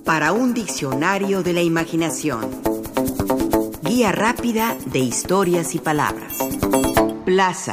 para un diccionario de la imaginación. Guía rápida de historias y palabras. Plaza.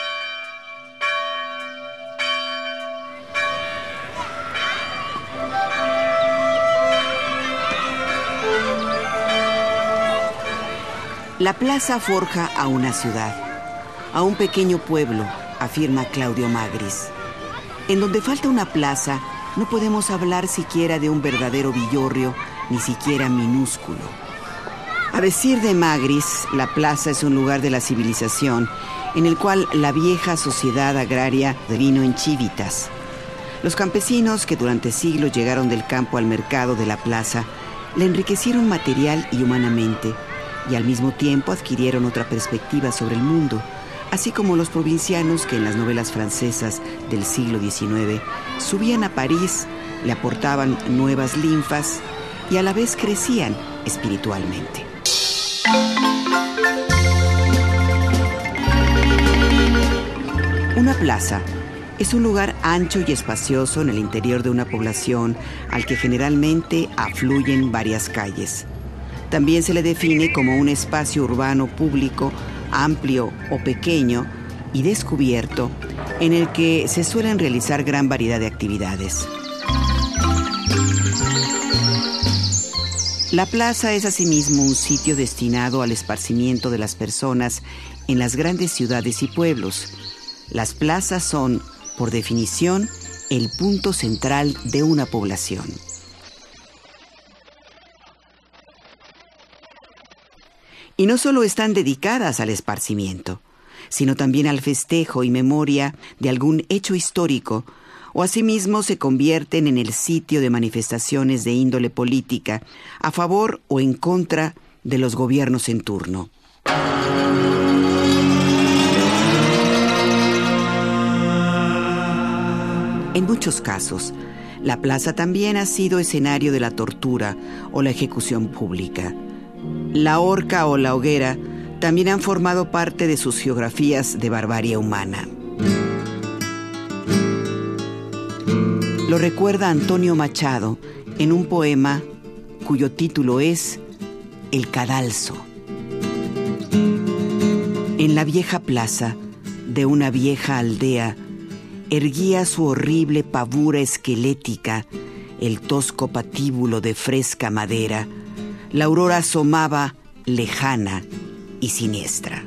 La plaza forja a una ciudad, a un pequeño pueblo, afirma Claudio Magris. En donde falta una plaza, no podemos hablar siquiera de un verdadero villorrio, ni siquiera minúsculo. A decir de Magris, la plaza es un lugar de la civilización en el cual la vieja sociedad agraria vino en chívitas. Los campesinos que durante siglos llegaron del campo al mercado de la plaza le enriquecieron material y humanamente, y al mismo tiempo adquirieron otra perspectiva sobre el mundo, así como los provincianos que en las novelas francesas del siglo XIX subían a París, le aportaban nuevas linfas y a la vez crecían espiritualmente. Una plaza es un lugar ancho y espacioso en el interior de una población al que generalmente afluyen varias calles. También se le define como un espacio urbano público amplio o pequeño y descubierto en el que se suelen realizar gran variedad de actividades. La plaza es asimismo un sitio destinado al esparcimiento de las personas en las grandes ciudades y pueblos. Las plazas son, por definición, el punto central de una población. Y no solo están dedicadas al esparcimiento, sino también al festejo y memoria de algún hecho histórico, o asimismo se convierten en el sitio de manifestaciones de índole política, a favor o en contra de los gobiernos en turno. En muchos casos, la plaza también ha sido escenario de la tortura o la ejecución pública. La horca o la hoguera también han formado parte de sus geografías de barbarie humana. Lo recuerda Antonio Machado en un poema cuyo título es El Cadalso. En la vieja plaza de una vieja aldea erguía su horrible pavura esquelética el tosco patíbulo de fresca madera. La aurora asomaba lejana y siniestra.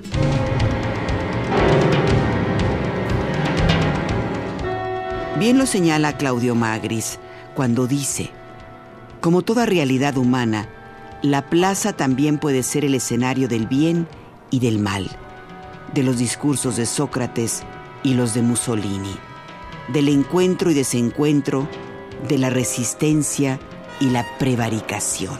Bien lo señala Claudio Magris cuando dice: como toda realidad humana, la plaza también puede ser el escenario del bien y del mal, de los discursos de Sócrates y los de Mussolini, del encuentro y desencuentro, de la resistencia y la prevaricación.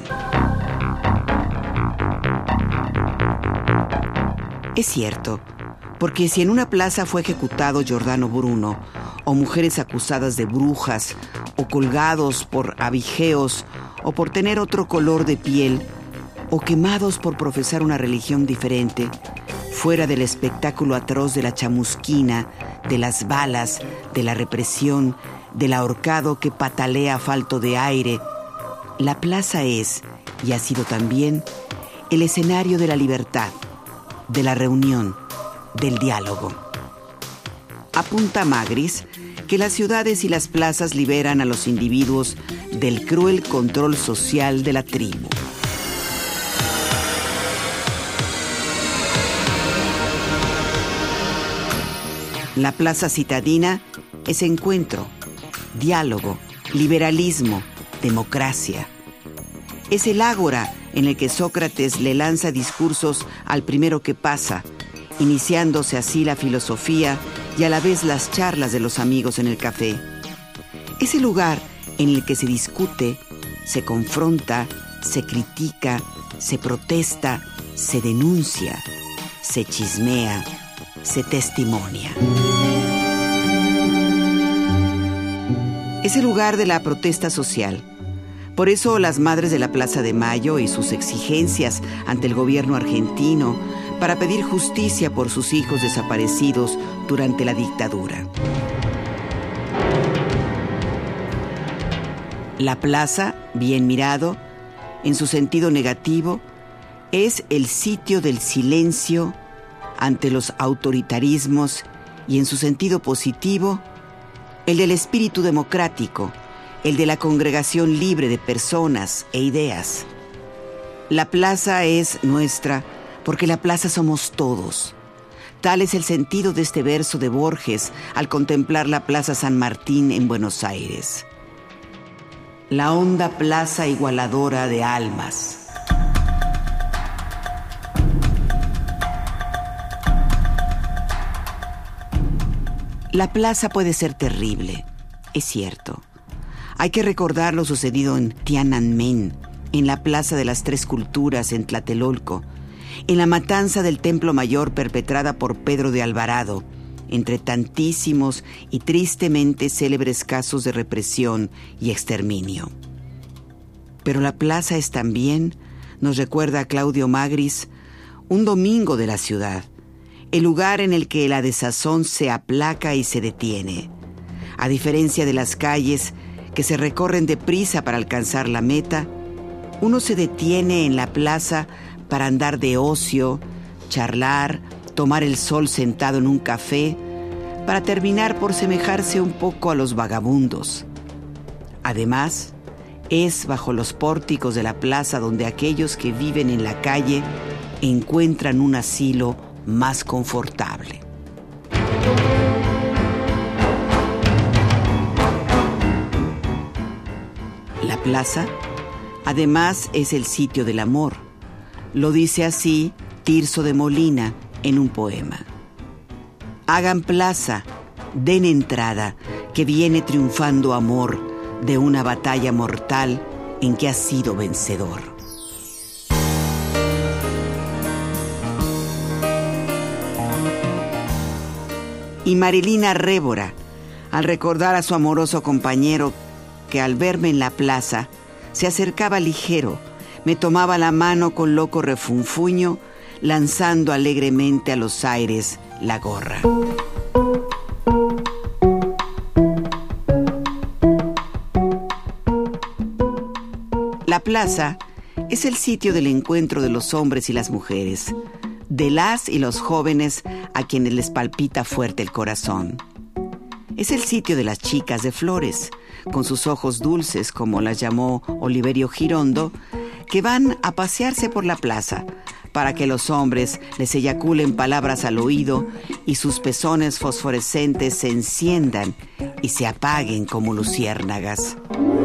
Es cierto, porque si en una plaza fue ejecutado Giordano Bruno, o mujeres acusadas de brujas, o colgados por abigeos, o por tener otro color de piel, o quemados por profesar una religión diferente, fuera del espectáculo atroz de la chamusquina, de las balas, de la represión, del ahorcado que patalea falto de aire, la plaza es, y ha sido también, el escenario de la libertad, de la reunión, del diálogo. Apunta Magris que las ciudades y las plazas liberan a los individuos del cruel control social de la tribu. La plaza citadina es encuentro, diálogo, liberalismo, democracia. Es el ágora en el que Sócrates le lanza discursos al primero que pasa, iniciándose así la filosofía y a la vez las charlas de los amigos en el café. Es el lugar en el que se discute, se confronta, se critica, se protesta, se denuncia, se chismea, se testimonia. Es el lugar de la protesta social. Por eso las madres de la Plaza de Mayo y sus exigencias ante el gobierno argentino para pedir justicia por sus hijos desaparecidos durante la dictadura. La plaza Bien mirado, en su sentido negativo, es el sitio del silencio ante los autoritarismos y en su sentido positivo, el del espíritu democrático, el de la congregación libre de personas e ideas. La plaza es nuestra porque la plaza somos todos. Tal es el sentido de este verso de Borges al contemplar la Plaza San Martín en Buenos Aires. La honda plaza igualadora de almas. La plaza puede ser terrible, es cierto. Hay que recordar lo sucedido en Tiananmen, en la Plaza de las Tres Culturas en Tlatelolco, en la matanza del Templo Mayor perpetrada por Pedro de Alvarado, entre tantísimos y tristemente célebres casos de represión y exterminio. Pero la plaza es también, nos recuerda a Claudio Magris, un domingo de la ciudad, el lugar en el que la desazón se aplaca y se detiene. A diferencia de las calles que se recorren deprisa para alcanzar la meta, uno se detiene en la plaza para andar de ocio, charlar, tomar el sol sentado en un café, para terminar por semejarse un poco a los vagabundos. Además, es bajo los pórticos de la plaza donde aquellos que viven en la calle encuentran un asilo más confortable. La plaza, además, es el sitio del amor. Lo dice así Tirso de Molina en un poema. Hagan plaza, den entrada, que viene triunfando amor de una batalla mortal en que ha sido vencedor. Y Marilina Révora, al recordar a su amoroso compañero que al verme en la plaza se acercaba ligero, me tomaba la mano con loco refunfuño, lanzando alegremente a los aires la gorra. La plaza es el sitio del encuentro de los hombres y las mujeres, de las y los jóvenes a quienes les palpita fuerte el corazón. Es el sitio de las chicas de flores, con sus ojos dulces, como las llamó Oliverio Girondo, que van a pasearse por la plaza para que los hombres les eyaculen palabras al oído y sus pezones fosforescentes se enciendan y se apaguen como luciérnagas.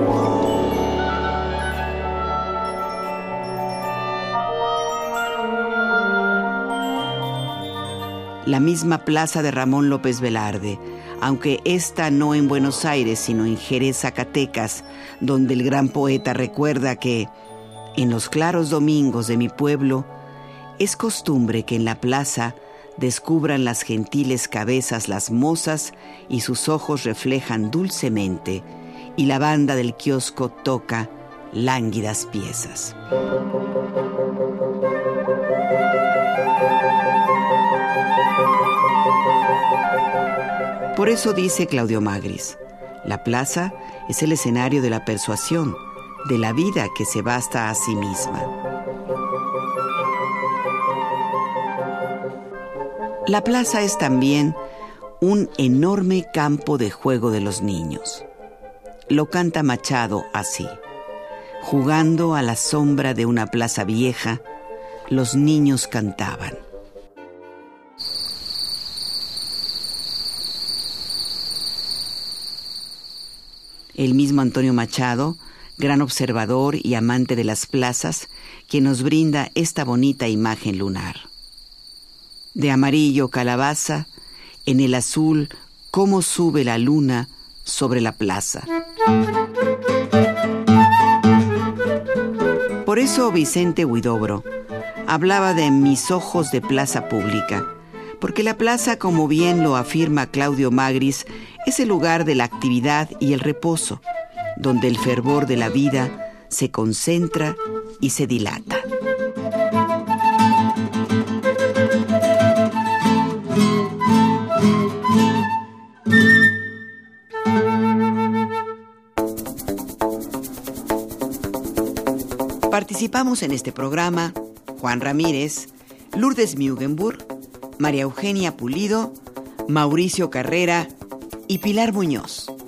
La misma plaza de Ramón López Velarde, aunque esta no en Buenos Aires, sino en Jerez, Zacatecas, donde el gran poeta recuerda que en los claros domingos de mi pueblo es costumbre que en la plaza descubran las gentiles cabezas las mozas y sus ojos reflejan dulcemente, y la banda del kiosco toca lánguidas piezas. Por eso dice Claudio Magris, la plaza es el escenario de la persuasión, de la vida que se basta a sí misma. La plaza es también un enorme campo de juego de los niños. Lo canta Machado así: jugando a la sombra de una plaza vieja, los niños cantaban. El mismo Antonio Machado, gran observador y amante de las plazas, quien nos brinda esta bonita imagen lunar. De amarillo calabaza, en el azul, cómo sube la luna sobre la plaza. Por eso Vicente Huidobro hablaba de mis ojos de plaza pública, porque la plaza, como bien lo afirma Claudio Magris, es el lugar de la actividad y el reposo, donde el fervor de la vida se concentra y se dilata. Participamos en este programa Juan Ramírez, Lourdes Mugenburg, María Eugenia Pulido, Mauricio Carrera y Pilar Muñoz.